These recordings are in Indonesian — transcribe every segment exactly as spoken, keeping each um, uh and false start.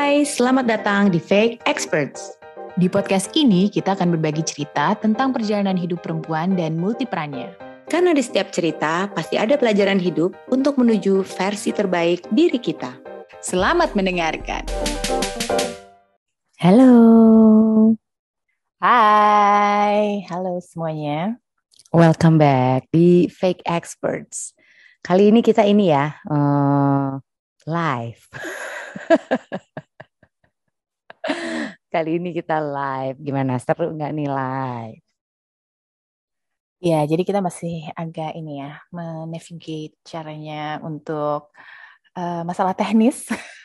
Hai, selamat datang di Fake Experts. Di podcast ini kita akan berbagi cerita tentang perjalanan hidup perempuan dan multiperannya. Karena di setiap cerita pasti ada pelajaran hidup untuk menuju versi terbaik diri kita. Selamat mendengarkan. Halo. Hai, halo semuanya. Welcome back di Fake Experts. Kali ini kita ini ya, uh, live. Kali ini kita live. Gimana, seru nggak nih live? Ya, jadi kita masih agak ini ya, menavigate caranya untuk uh, masalah teknis.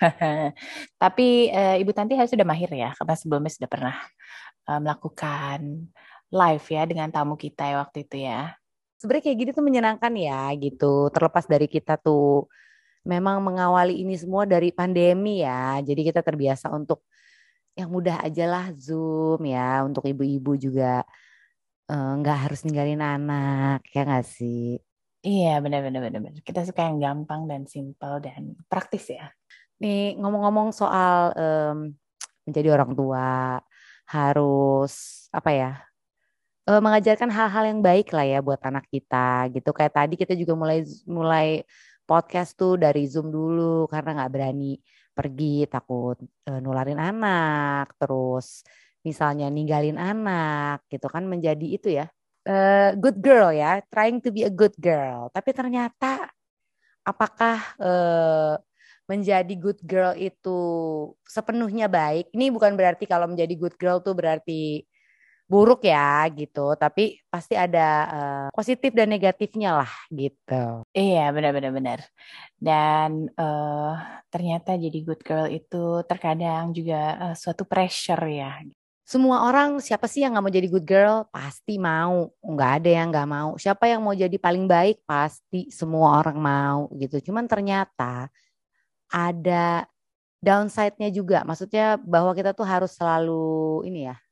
Tapi uh, Ibu Tanti harus sudah mahir ya, karena sebelumnya sudah pernah uh, melakukan live ya dengan tamu kita ya waktu itu ya. Sebenarnya kayak gini tuh menyenangkan ya gitu. Terlepas dari kita tuh memang mengawali ini semua dari pandemi ya. Jadi kita terbiasa untuk yang mudah aja lah Zoom ya. Untuk ibu-ibu juga eh, nggak harus ninggalin anak ya nggak sih? Iya, benar-benar benar. Kita suka yang gampang dan simpel dan praktis ya. Nih ngomong-ngomong soal em, menjadi orang tua harus apa ya? eh, mengajarkan hal-hal yang baik lah ya buat anak kita gitu. Kayak tadi kita juga mulai mulai podcast tuh dari Zoom dulu karena nggak berani pergi takut eh, nularin anak, terus misalnya ninggalin anak gitu kan menjadi itu ya eh, good girl ya, trying to be a good girl. Tapi ternyata apakah eh, menjadi good girl itu sepenuhnya baik? Ini bukan berarti kalau menjadi good girl tuh berarti buruk ya gitu, tapi pasti ada eh, positif dan negatifnya lah gitu. Iya, benar-benar benar. Dan eh, ternyata jadi good girl itu terkadang juga eh, suatu pressure ya. Semua orang siapa sih yang nggak mau jadi good girl? Pasti mau, nggak ada yang nggak mau. Siapa yang mau jadi paling baik? Pasti semua orang mau gitu. Cuman ternyata ada downside-nya juga. Maksudnya bahwa kita tuh harus selalu ini ya,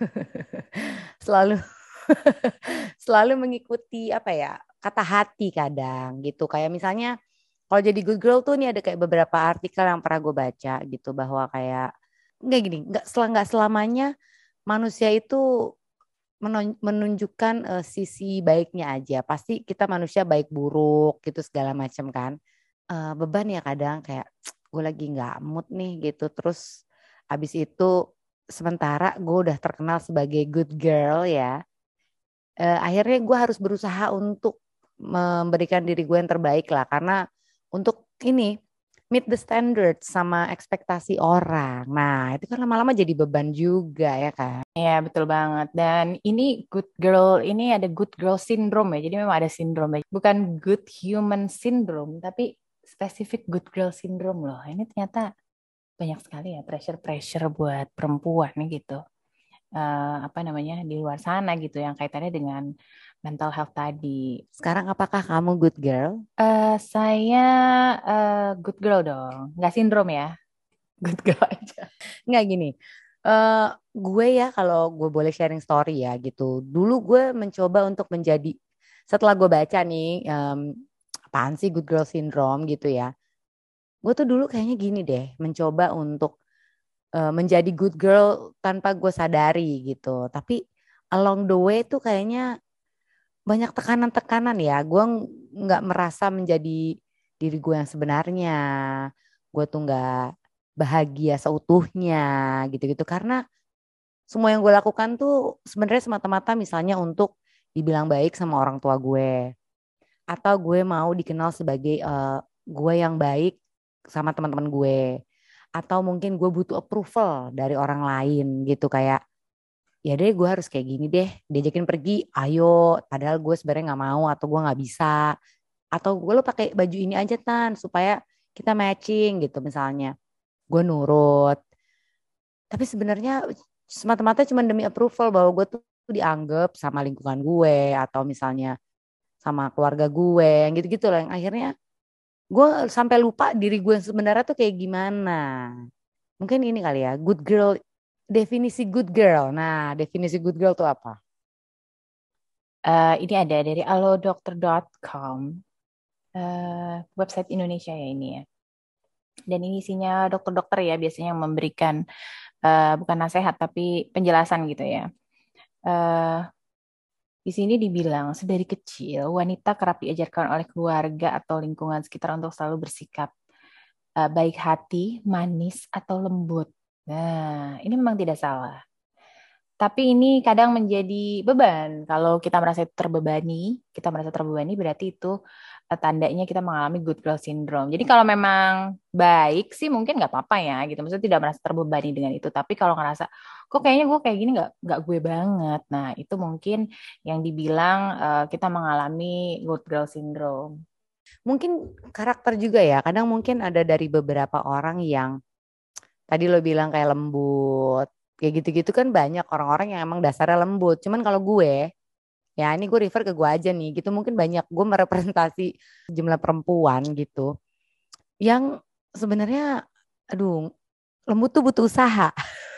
selalu selalu mengikuti apa ya kata hati kadang gitu. Kayak misalnya kalau jadi good girl tuh nih ada kayak beberapa artikel yang pernah gue baca gitu bahwa kayak nggak gini, nggak sel nggak selamanya manusia itu menon- menunjukkan eh, sisi baiknya aja. Pasti kita manusia baik buruk gitu segala macam kan. Eh, beban ya kadang kayak gue lagi nggak mood nih gitu. Terus abis itu sementara gue udah terkenal sebagai good girl ya. Eh, akhirnya gue harus berusaha untuk memberikan diri gue yang terbaik lah karena untuk ini meet the standard sama ekspektasi orang. Nah, itu kan lama-lama jadi beban juga ya kan. Iya, betul banget. Dan ini good girl, ini ada good girl syndrome ya. Jadi memang ada sindrom ya. Bukan good human syndrome, tapi spesifik good girl syndrome loh. Ini ternyata banyak sekali ya pressure-pressure buat perempuan nih gitu. Eh, apa namanya di luar sana gitu yang kaitannya dengan mental health tadi. Sekarang apakah kamu good girl? Eh, saya eh, good girl dong, nggak sindrom ya, good girl aja. Nggak gini. eh gue ya kalau gue boleh sharing story ya gitu. Dulu gue mencoba untuk menjadi setelah gue baca nih em, apaan sih good girl syndrome gitu ya. Gue tuh dulu kayaknya gini deh, mencoba untuk eh, menjadi good girl tanpa gue sadari gitu. Tapi along the way tuh kayaknya banyak tekanan-tekanan ya. Gue ng- nggak merasa menjadi diri gue yang sebenarnya. Gue tuh nggak bahagia seutuhnya gitu-gitu. Karena semua yang gue lakukan tuh sebenarnya semata-mata misalnya untuk dibilang baik sama orang tua gue. Atau gue mau dikenal sebagai eh, gue yang baik sama teman-teman gue. Atau mungkin gue butuh approval dari orang lain gitu kayak ya deh gue harus kayak gini deh diajakin pergi ayo padahal gue sebenarnya nggak mau atau gue nggak bisa atau gue lo pakai baju ini aja tan supaya kita matching gitu misalnya gue nurut tapi sebenarnya semata-mata cuma demi approval bahwa gue tuh dianggap sama lingkungan gue atau misalnya sama keluarga gue yang gitu-gitu lah yang akhirnya gue sampai lupa diri gue yang sebenarnya tuh kayak gimana. Mungkin ini kali ya, good girl, definisi good girl. Nah, definisi good girl tuh apa? Eh, ini ada dari alodokter dot com, eh, website Indonesia ya ini ya. Dan ini isinya dokter-dokter ya biasanya yang memberikan uh, bukan nasihat tapi penjelasan gitu ya. Uh, di sini dibilang sedari kecil wanita kerap diajarkan oleh keluarga atau lingkungan sekitar untuk selalu bersikap uh, baik hati, manis atau lembut. Nah, ini memang tidak salah. Tapi ini kadang menjadi beban. Kalau kita merasa terbebani, kita merasa terbebani berarti itu eh, tandanya kita mengalami good girl syndrome. Jadi kalau memang baik sih mungkin nggak apa-apa ya gitu. Maksudnya tidak merasa terbebani dengan itu. Tapi kalau ngerasa kok kayaknya gue kayak gini nggak nggak gue banget. Nah itu mungkin yang dibilang eh, kita mengalami good girl syndrome. Mungkin karakter juga ya. Kadang mungkin ada dari beberapa orang yang tadi lo bilang kayak lembut. Kayak gitu-gitu kan banyak orang-orang yang emang dasarnya lembut. Cuman kalau gue, ya ini gue refer ke gue aja nih gitu. Mungkin banyak gue merepresentasi jumlah perempuan gitu. Yang sebenarnya, aduh, lembut tuh butuh usaha.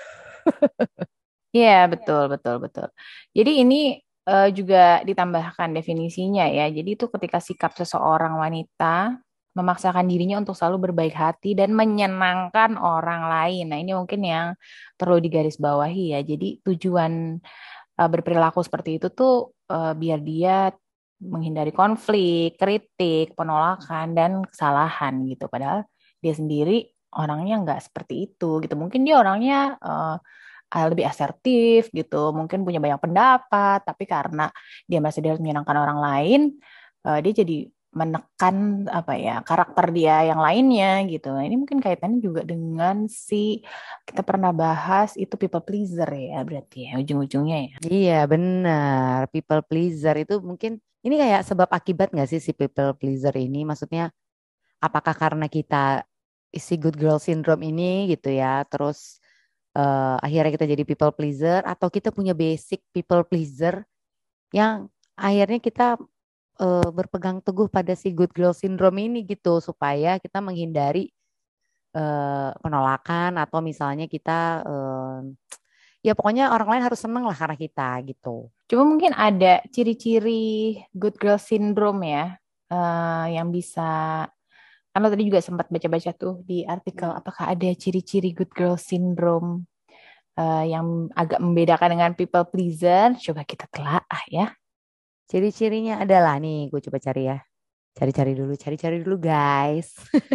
Iya, betul, betul, betul. Jadi ini eh, juga ditambahkan definisinya ya. Jadi itu ketika sikap seseorang wanita memaksakan dirinya untuk selalu berbaik hati dan menyenangkan orang lain. Nah, ini mungkin yang perlu digarisbawahi ya. Jadi tujuan eh, berperilaku seperti itu tuh eh, biar dia menghindari konflik, kritik, penolakan, dan kesalahan gitu. Padahal dia sendiri orangnya nggak seperti itu gitu. Mungkin dia orangnya eh, ah, lebih asertif gitu, mungkin punya banyak pendapat, tapi karena dia masih dia harus menyenangkan orang lain, eh, dia jadi menekan apa ya karakter dia yang lainnya gitu. Nah, ini mungkin kaitannya juga dengan si kita pernah bahas itu people pleaser ya berarti ya ujung-ujungnya ya. Iya benar, people pleaser itu mungkin ini kayak sebab akibat nggak sih si people pleaser ini? Maksudnya apakah karena kita isi good girl syndrome ini gitu ya, terus eh, akhirnya kita jadi people pleaser atau kita punya basic people pleaser yang akhirnya kita eh, berpegang teguh pada si good girl syndrome ini gitu supaya kita menghindari eh, penolakan atau misalnya kita eh, ya pokoknya orang lain harus seneng lah karena kita gitu. Cuma mungkin ada ciri-ciri good girl syndrome ya eh, yang bisa kan lo tadi juga sempat baca-baca tuh di artikel apakah ada ciri-ciri good girl syndrome eh, yang agak membedakan dengan people pleaser. Coba kita telaah ya. Ciri-cirinya adalah nih, gue coba cari ya. Cari-cari dulu, cari-cari dulu guys.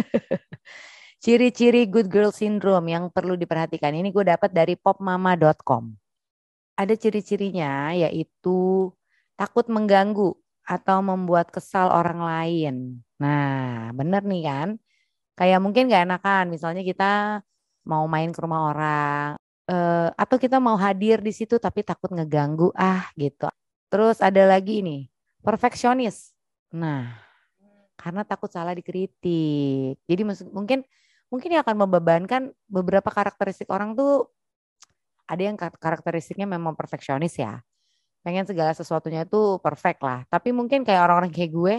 Ciri-ciri good girl syndrome yang perlu diperhatikan. Ini gue dapat dari popmama dot com. Ada ciri-cirinya yaitu takut mengganggu atau membuat kesal orang lain. Nah, bener nih kan? Kayak mungkin gak enakan. Misalnya kita mau main ke rumah orang. eh, atau kita mau hadir di situ tapi takut ngeganggu. Ah gitu. Terus ada lagi ini. Perfeksionis. Nah, karena takut salah dikritik. Jadi maksud- mungkin mungkin yang akan membebankan beberapa karakteristik orang tuh ada yang kar- karakteristiknya memang perfeksionis ya. Pengen segala sesuatunya itu perfect lah. Tapi mungkin kayak orang-orang kayak gue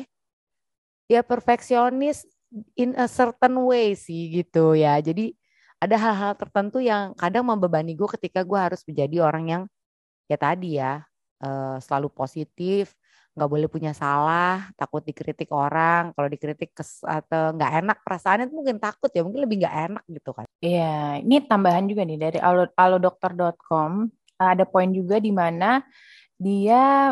ya perfeksionis in a certain way sih gitu ya. Jadi ada hal-hal tertentu yang kadang membebani gue ketika gue harus menjadi orang yang ya tadi ya eh, selalu positif, nggak boleh punya salah, takut dikritik orang, kalau dikritik kes, atau nggak enak perasaannya tuh mungkin takut ya, mungkin lebih nggak enak gitu kan. Iya, ini tambahan juga nih dari alo, alodokter dot com. Ada poin juga di mana dia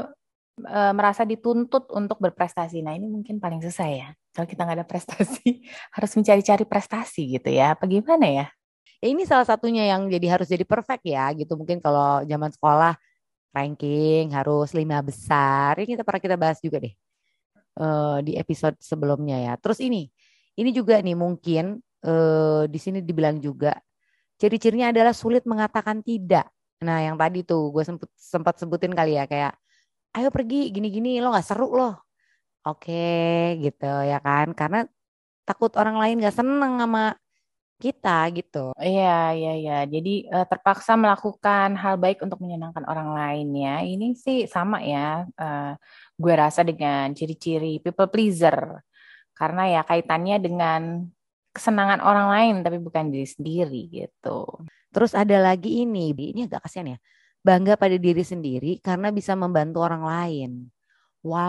eh, merasa dituntut untuk berprestasi. Nah, ini mungkin paling susah ya. Kalau kita nggak ada prestasi, harus mencari-cari prestasi gitu ya. Apa gimana ya? Ya ini salah satunya yang jadi harus jadi perfect ya gitu. Mungkin kalau zaman sekolah ranking harus lima besar. Ini kita pernah kita bahas juga deh eh, di episode sebelumnya ya. Terus ini, ini juga nih mungkin eh, di sini dibilang juga ciri-cirinya adalah sulit mengatakan tidak. Nah yang tadi tuh gue sempat sempat sebutin kali ya kayak ayo pergi gini-gini lo nggak seru loh. Oke gitu ya kan. Karena takut orang lain gak seneng sama kita gitu. Iya, iya, iya. Jadi eh, terpaksa melakukan hal baik untuk menyenangkan orang lain ya. Ini sih sama ya. eh, gue rasa dengan ciri-ciri people pleaser. Karena ya kaitannya dengan kesenangan orang lain tapi bukan diri sendiri gitu. Terus ada lagi ini, ini agak kasihan ya. Bangga pada diri sendiri karena bisa membantu orang lain.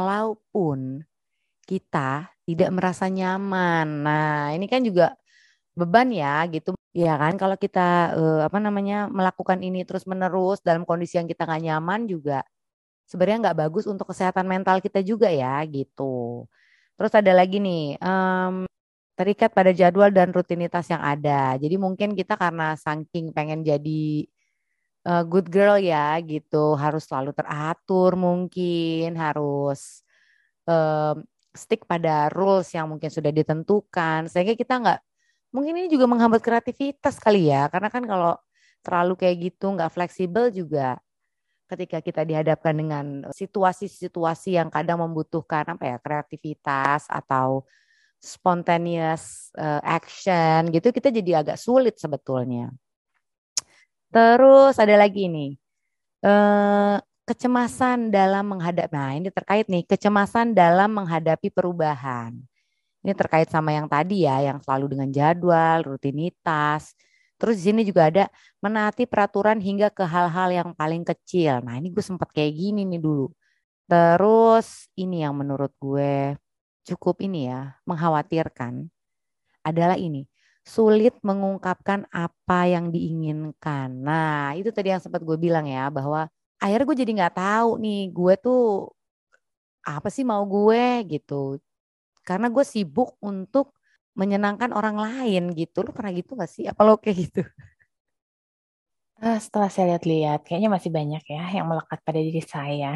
Walaupun kita tidak merasa nyaman. Nah, ini kan juga beban ya gitu. Ya kan kalau kita eh, apa namanya melakukan ini terus menerus dalam kondisi yang kita nggak nyaman juga sebenarnya nggak bagus untuk kesehatan mental kita juga ya gitu. Terus ada lagi nih em, terikat pada jadwal dan rutinitas yang ada. Jadi mungkin kita karena saking pengen jadi eh, good girl ya gitu harus selalu teratur mungkin harus em, stick pada rules yang mungkin sudah ditentukan sehingga kita nggak mungkin ini juga menghambat kreativitas kali ya karena kan kalau terlalu kayak gitu nggak fleksibel juga ketika kita dihadapkan dengan situasi-situasi yang kadang membutuhkan apa ya kreativitas atau spontaneous eh, action gitu kita jadi agak sulit sebetulnya. Terus ada lagi nih eh, kecemasan dalam menghadapi. Nah, ini terkait nih kecemasan dalam menghadapi perubahan. Ini terkait sama yang tadi ya, yang selalu dengan jadwal, rutinitas. Terus di sini juga ada menaati peraturan hingga ke hal-hal yang paling kecil. Nah, ini gue sempat kayak gini nih dulu. Terus ini yang menurut gue cukup ini ya, mengkhawatirkan adalah ini. Sulit mengungkapkan apa yang diinginkan. Nah, itu tadi yang sempat gue bilang ya, bahwa akhirnya gue jadi nggak tahu nih, gue tuh apa sih mau gue gitu. Karena gue sibuk untuk menyenangkan orang lain gitu. Lu pernah gitu gak sih? Apa lo kayak gitu? Ah, setelah saya lihat-lihat, kayaknya masih banyak ya yang melekat pada diri saya.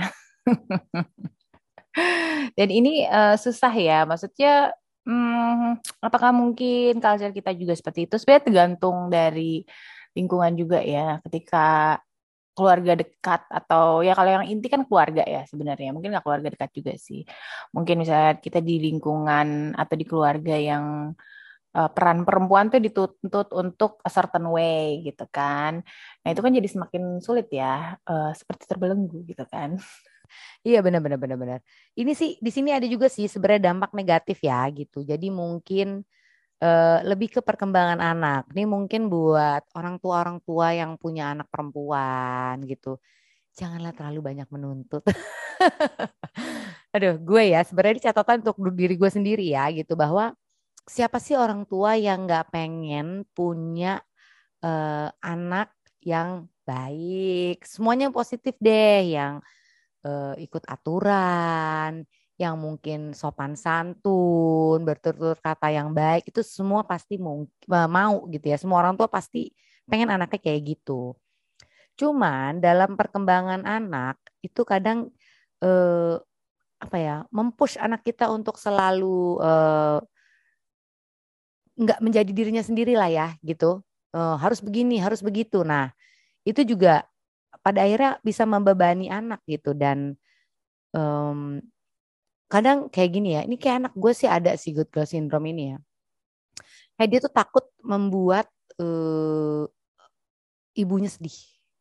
Dan ini eh, susah ya, maksudnya hmm, apakah mungkin culture kita juga seperti itu? Sebenarnya tergantung dari lingkungan juga ya. Ketika keluarga dekat atau ya kalau yang inti kan keluarga ya sebenarnya. Mungkin nggak keluarga dekat juga sih. Mungkin misalnya kita di lingkungan atau di keluarga yang eh, peran perempuan tuh dituntut untuk a certain way gitu kan. Nah itu kan jadi semakin sulit ya, eh, seperti terbelenggu gitu kan. Iya benar-benar benar-benar. Ini sih di sini ada juga sih sebenarnya dampak negatif ya gitu. Jadi mungkin eh, lebih ke perkembangan anak. Ini mungkin buat orang tua-orang tua yang punya anak perempuan gitu. Janganlah terlalu banyak menuntut. Aduh, gue ya sebenarnya ini catatan untuk diri gue sendiri ya gitu bahwa siapa sih orang tua yang nggak pengen punya eh, anak yang baik, semuanya positif deh, yang eh, ikut aturan, yang mungkin sopan santun, bertutur kata yang baik, itu semua pasti mau, mau gitu ya. Semua orang tua pasti pengen anaknya kayak gitu. Cuman dalam perkembangan anak itu kadang eh, apa ya, mempush anak kita untuk selalu eh, nggak menjadi dirinya sendiri lah ya gitu. Eh, harus begini, harus begitu. Nah, itu juga pada akhirnya bisa membebani anak gitu dan em, kadang kayak gini ya. Ini kayak anak gue sih ada sih good girl syndrome ini ya. Kayak dia tuh takut membuat eh, ibunya sedih.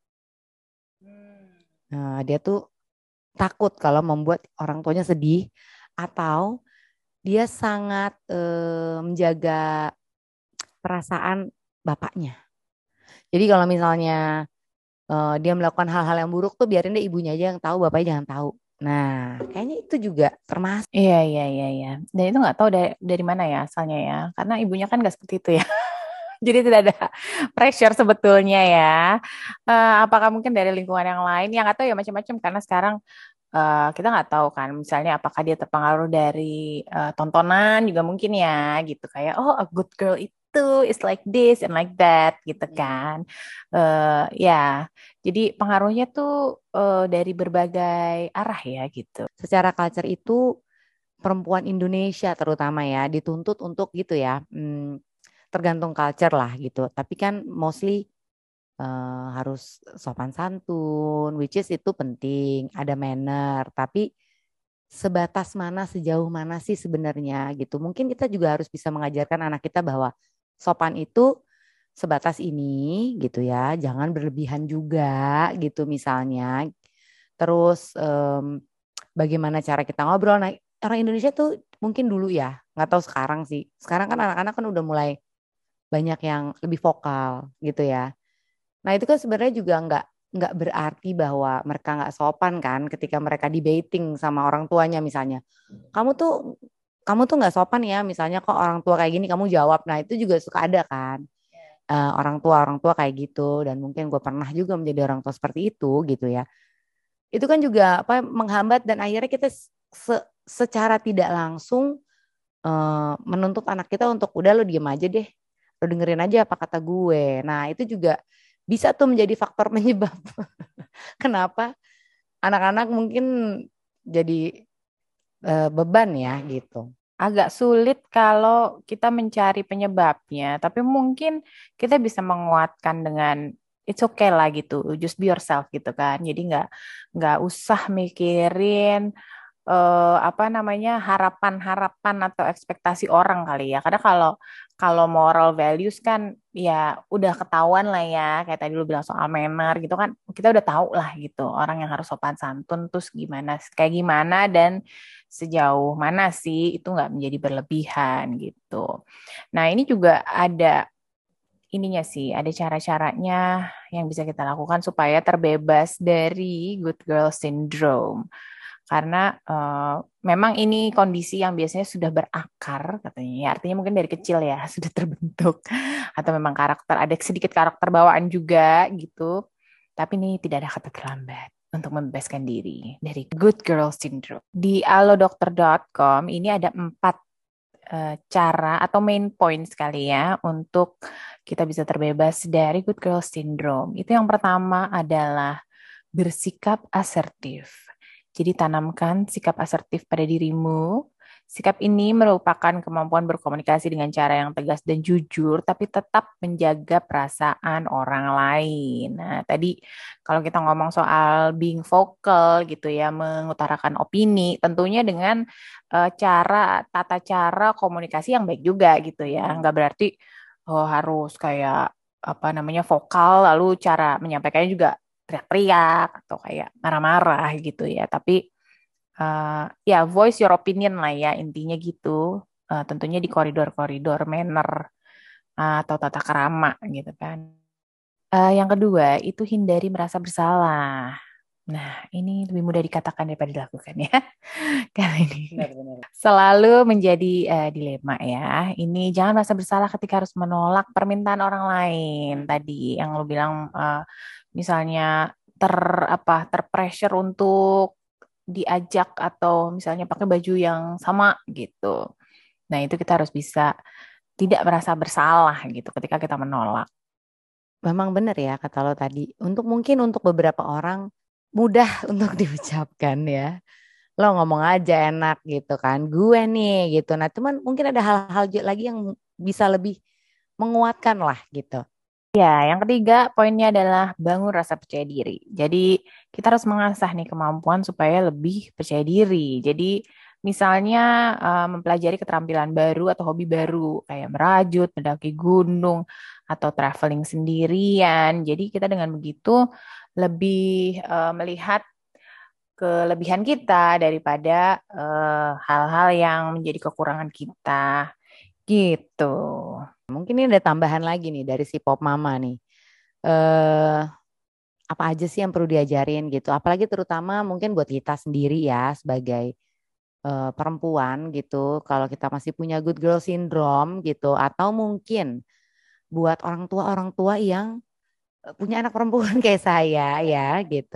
Nah, dia tuh takut kalau membuat orang tuanya sedih atau dia sangat eh, menjaga perasaan bapaknya. Jadi kalau misalnya eh, dia melakukan hal-hal yang buruk tuh biarin deh ibunya aja yang tahu, bapaknya jangan tahu. Nah, kayaknya itu juga termasuk. Iya, iya, iya, iya. Dan itu nggak tahu dari, dari mana ya asalnya ya. Karena ibunya kan nggak seperti itu ya. Jadi tidak ada pressure sebetulnya ya. Eh, apakah mungkin dari lingkungan yang lain? Yang nggak tahu ya macam-macam. Karena sekarang eh, kita nggak tahu kan. Misalnya apakah dia terpengaruh dari eh, tontonan juga mungkin ya gitu. Kayak oh a good girl itu is like this and like that gitu kan. Eh ya, jadi pengaruhnya tuh eh, dari berbagai arah ya gitu. Secara culture itu perempuan Indonesia terutama ya dituntut untuk gitu ya. Hmm, tergantung culture lah gitu. Tapi kan mostly eh, harus sopan santun, which is itu penting, ada manner. Tapi sebatas mana, sejauh mana sih sebenarnya gitu. Mungkin kita juga harus bisa mengajarkan anak kita bahwa sopan itu sebatas ini gitu ya, jangan berlebihan juga gitu misalnya. Terus em, bagaimana cara kita ngobrol. Nah, orang Indonesia tuh mungkin dulu ya, nggak tahu sekarang sih. Sekarang kan anak-anak kan udah mulai banyak yang lebih vokal gitu ya. Nah itu kan sebenarnya juga nggak nggak berarti bahwa mereka nggak sopan kan ketika mereka debating sama orang tuanya misalnya. Kamu tuh kamu tuh nggak sopan ya, misalnya kok orang tua kayak gini kamu jawab. Nah itu juga suka ada kan. Eh, orang tua orang tua kayak gitu, dan mungkin gue pernah juga menjadi orang tua seperti itu gitu ya. Itu kan juga apa, menghambat, dan akhirnya kita se- secara tidak langsung eh, menuntut anak kita untuk udah lo diem aja deh, lo dengerin aja apa kata gue. Nah itu juga bisa tuh menjadi faktor penyebab kenapa anak-anak mungkin jadi eh, beban ya gitu. Agak sulit kalau kita mencari penyebabnya, tapi mungkin kita bisa menguatkan dengan it's okay lah gitu, just be yourself gitu kan. Jadi nggak nggak usah mikirin eh, apa namanya harapan-harapan atau ekspektasi orang kali ya. Karena kalau kalau moral values kan ya udah ketahuan lah ya. Kayak tadi lu bilang soal manner gitu kan, kita udah tahu lah gitu orang yang harus sopan santun terus gimana, kayak gimana dan sejauh mana sih itu nggak menjadi berlebihan gitu. Nah ini juga ada ininya sih, ada cara-caranya yang bisa kita lakukan supaya terbebas dari good girl syndrome. Karena eh, memang ini kondisi yang biasanya sudah berakar katanya. Ya, artinya mungkin dari kecil ya sudah terbentuk atau memang karakter ada sedikit karakter bawaan juga gitu. Tapi ini tidak ada kata terlambat untuk membebaskan diri dari good girl syndrome. Di alo dokter dot com ini ada empat eh, cara atau main point sekali ya untuk kita bisa terbebas dari good girl syndrome. Itu yang pertama adalah bersikap asertif. Jadi tanamkan sikap asertif pada dirimu. Sikap ini merupakan kemampuan berkomunikasi dengan cara yang tegas dan jujur, tapi tetap menjaga perasaan orang lain. Nah, tadi kalau kita ngomong soal being vocal gitu ya, mengutarakan opini, tentunya dengan eh, cara, tata cara komunikasi yang baik juga gitu ya. Nggak berarti oh, harus kayak apa namanya vokal, lalu cara menyampaikannya juga teriak-teriak atau kayak marah-marah gitu ya. Tapi uh, ya voice your opinion lah ya intinya gitu. Uh, tentunya di koridor-koridor manner uh, atau tata krama gitu kan. Uh, yang kedua itu hindari merasa bersalah. Nah, ini lebih mudah dikatakan daripada dilakukan ya. Karena ini Benar-benar. selalu menjadi uh, dilema ya. Ini jangan merasa bersalah ketika harus menolak permintaan orang lain. Tadi yang lo bilang uh, misalnya ter apa terpressure untuk diajak atau misalnya pakai baju yang sama gitu. Nah, itu kita harus bisa tidak merasa bersalah gitu ketika kita menolak. Memang benar ya kata lo tadi. Untuk mungkin untuk beberapa orang mudah untuk diucapkan ya. Lo ngomong aja enak gitu kan. Gue nih gitu. Nah, cuman mungkin ada hal-hal j- lagi yang bisa lebih menguatkan lah gitu. Ya, yang ketiga poinnya adalah bangun rasa percaya diri. Jadi kita harus mengasah nih kemampuan supaya lebih percaya diri. Jadi misalnya eh, mempelajari keterampilan baru atau hobi baru kayak merajut, mendaki gunung, atau traveling sendirian. Jadi kita dengan begitu lebih eh, melihat kelebihan kita daripada eh, hal-hal yang menjadi kekurangan kita. Gitu. Mungkin ini ada tambahan lagi nih dari si Pop Mama nih. Eh apa aja sih yang perlu diajarin gitu. Apalagi terutama mungkin buat kita sendiri ya sebagai eh, perempuan gitu. Kalau kita masih punya good girl syndrome gitu. Atau mungkin buat orang tua-orang tua yang eh, punya anak perempuan kayak saya ya gitu.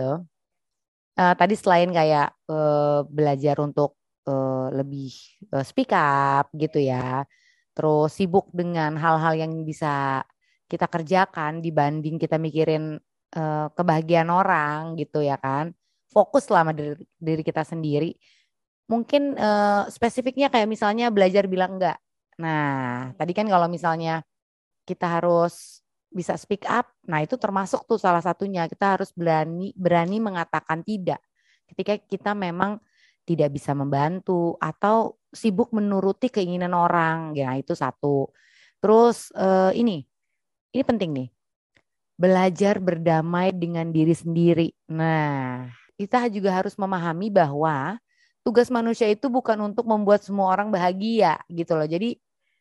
Eh, tadi selain kayak eh, belajar untuk eh, lebih eh, speak up gitu ya. Terus sibuk dengan hal-hal yang bisa kita kerjakan dibanding kita mikirin eh, kebahagiaan orang gitu ya kan. Fokus lah sama diri, diri kita sendiri. Mungkin eh, spesifiknya kayak misalnya belajar bilang enggak. Nah, tadi kan kalau misalnya kita harus bisa speak up. Nah, itu termasuk tuh salah satunya. Kita harus berani berani mengatakan tidak ketika kita memang tidak bisa membantu atau sibuk menuruti keinginan orang. Ya, itu satu. Terus eh, ini, ini penting nih. Belajar berdamai dengan diri sendiri. Nah, kita juga harus memahami bahwa tugas manusia itu bukan untuk membuat semua orang bahagia gitu loh. Jadi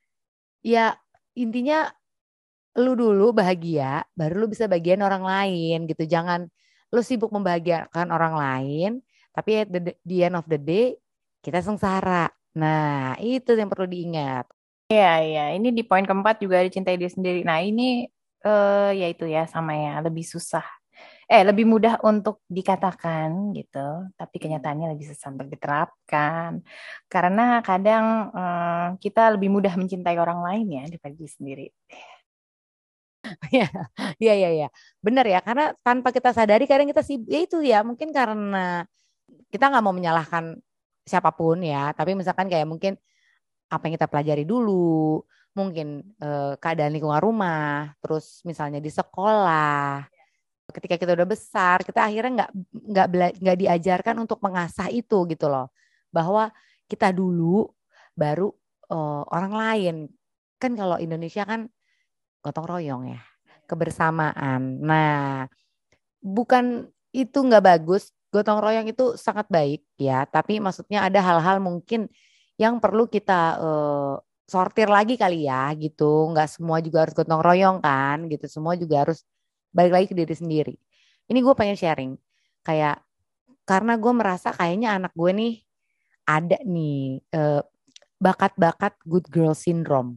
ya intinya lu dulu bahagia, baru lu bisa bagian orang lain gitu. Jangan lu sibuk membahagiakan orang lain, tapi at the, the end of the day kita sengsara. Nah, itu yang perlu diingat. Iya, iya. Ini di poin keempat juga dicintai diri sendiri. Nah, ini eh ya itu ya sama ya, lebih susah. Eh, lebih mudah untuk dikatakan gitu, tapi kenyataannya lebih susah untuk diterapkan. Karena kadang eh, kita lebih mudah mencintai orang lain ya daripada diri sendiri. Iya, iya, iya, iya. Benar ya, karena tanpa kita sadari kadang kita sibuk. Ya itu ya, mungkin karena kita nggak mau menyalahkan siapapun ya, tapi misalkan kayak mungkin apa yang kita pelajari dulu, mungkin eh, keadaan lingkungan rumah, terus misalnya di sekolah, ketika kita udah besar, kita akhirnya nggak nggak bela- nggak diajarkan untuk mengasah itu gitu loh, bahwa kita dulu baru eh, orang lain. Kan kalau Indonesia kan gotong royong ya, kebersamaan. Nah, bukan itu nggak bagus. Gotong royong itu sangat baik ya, tapi maksudnya ada hal-hal mungkin yang perlu kita eh, sortir lagi kali ya gitu. Nggak semua juga harus gotong royong kan gitu. Semua juga harus balik lagi ke diri sendiri. Ini gue pengen sharing kayak karena gue merasa kayaknya anak gue nih ada nih eh, bakat-bakat good girl syndrome.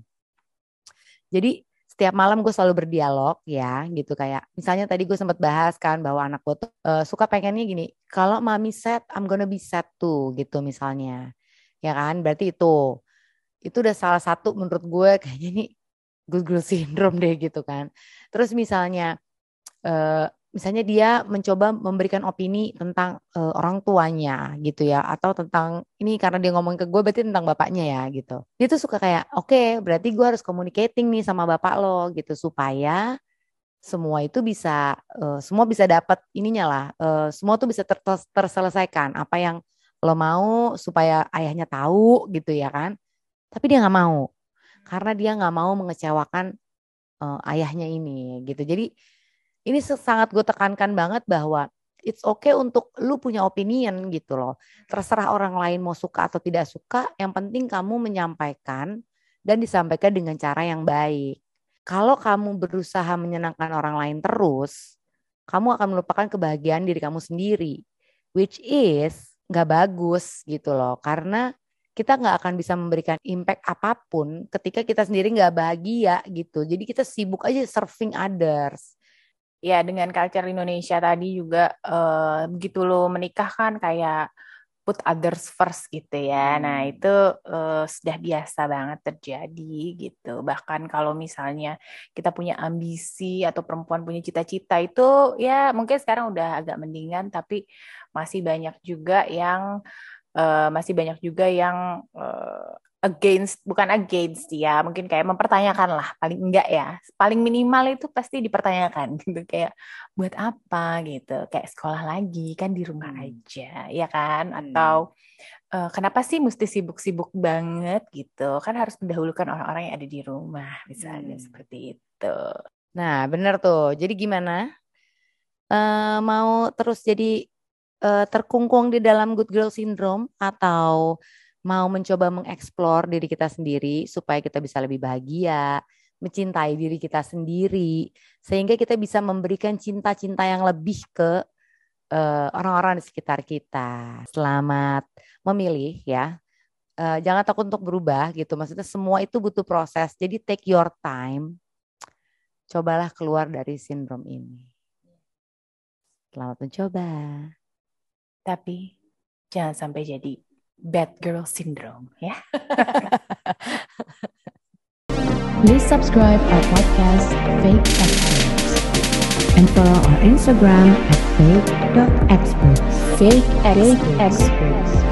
Jadi setiap malam gue selalu berdialog ya gitu kayak misalnya tadi gue sempat bahas kan bahwa anak gue tuh eh, suka pengennya gini kalau mami sad I'm gonna be sad tuh gitu misalnya ya kan berarti itu itu udah salah satu menurut gue kayaknya nih good girl syndrome deh gitu kan terus misalnya eh, misalnya dia mencoba memberikan opini tentang eh, orang tuanya gitu ya atau tentang ini karena dia ngomong ke gue berarti tentang bapaknya ya gitu dia tuh suka kayak oke okay, berarti gue harus communicating nih sama bapak lo gitu supaya semua itu bisa eh, semua bisa dapat ininya lah eh, semua tuh bisa ter- ter- terselesaikan apa yang lo mau supaya ayahnya tahu gitu ya kan tapi dia nggak mau karena dia nggak mau mengecewakan eh, ayahnya ini gitu jadi ini sangat gue tekankan banget bahwa it's okay untuk lu punya opinion gitu loh. Terserah orang lain mau suka atau tidak suka, yang penting kamu menyampaikan dan disampaikan dengan cara yang baik. Kalau kamu berusaha menyenangkan orang lain terus, kamu akan melupakan kebahagiaan diri kamu sendiri, which is nggak bagus gitu loh. Karena kita nggak akan bisa memberikan impact apapun ketika kita sendiri nggak bahagia gitu. Jadi kita sibuk aja serving others. Ya, dengan culture Indonesia tadi juga eh, begitu lo menikah kan kayak put others first gitu ya. Nah, itu eh, sudah biasa banget terjadi gitu. Bahkan kalau misalnya kita punya ambisi atau perempuan punya cita-cita itu ya mungkin sekarang udah agak mendingan tapi masih banyak juga yang eh, masih banyak juga yang eh, against, bukan against ya, mungkin kayak mempertanyakan lah, paling enggak ya, paling minimal itu pasti dipertanyakan gitu, kayak buat apa gitu, kayak sekolah lagi kan di rumah Hmm. aja, ya kan, Hmm. atau eh, kenapa sih mesti sibuk-sibuk banget gitu, kan harus mendahulukan orang-orang yang ada di rumah, misalnya Hmm. seperti itu. Nah, benar tuh. Jadi gimana? Eh, mau terus jadi eh, terkungkung di dalam good girl syndrome atau mau mencoba mengeksplor diri kita sendiri supaya kita bisa lebih bahagia, mencintai diri kita sendiri, sehingga kita bisa memberikan cinta-cinta yang lebih ke eh, orang-orang di sekitar kita. Selamat memilih ya. Eh, jangan takut untuk berubah gitu. Maksudnya semua itu butuh proses. Jadi take your time. Cobalah keluar dari sindrom ini. Selamat mencoba. Tapi jangan sampai jadi bad girl syndrome ya. Please subscribe our podcast Fake Experts and follow our Instagram at fake dot experts. Fake Experts.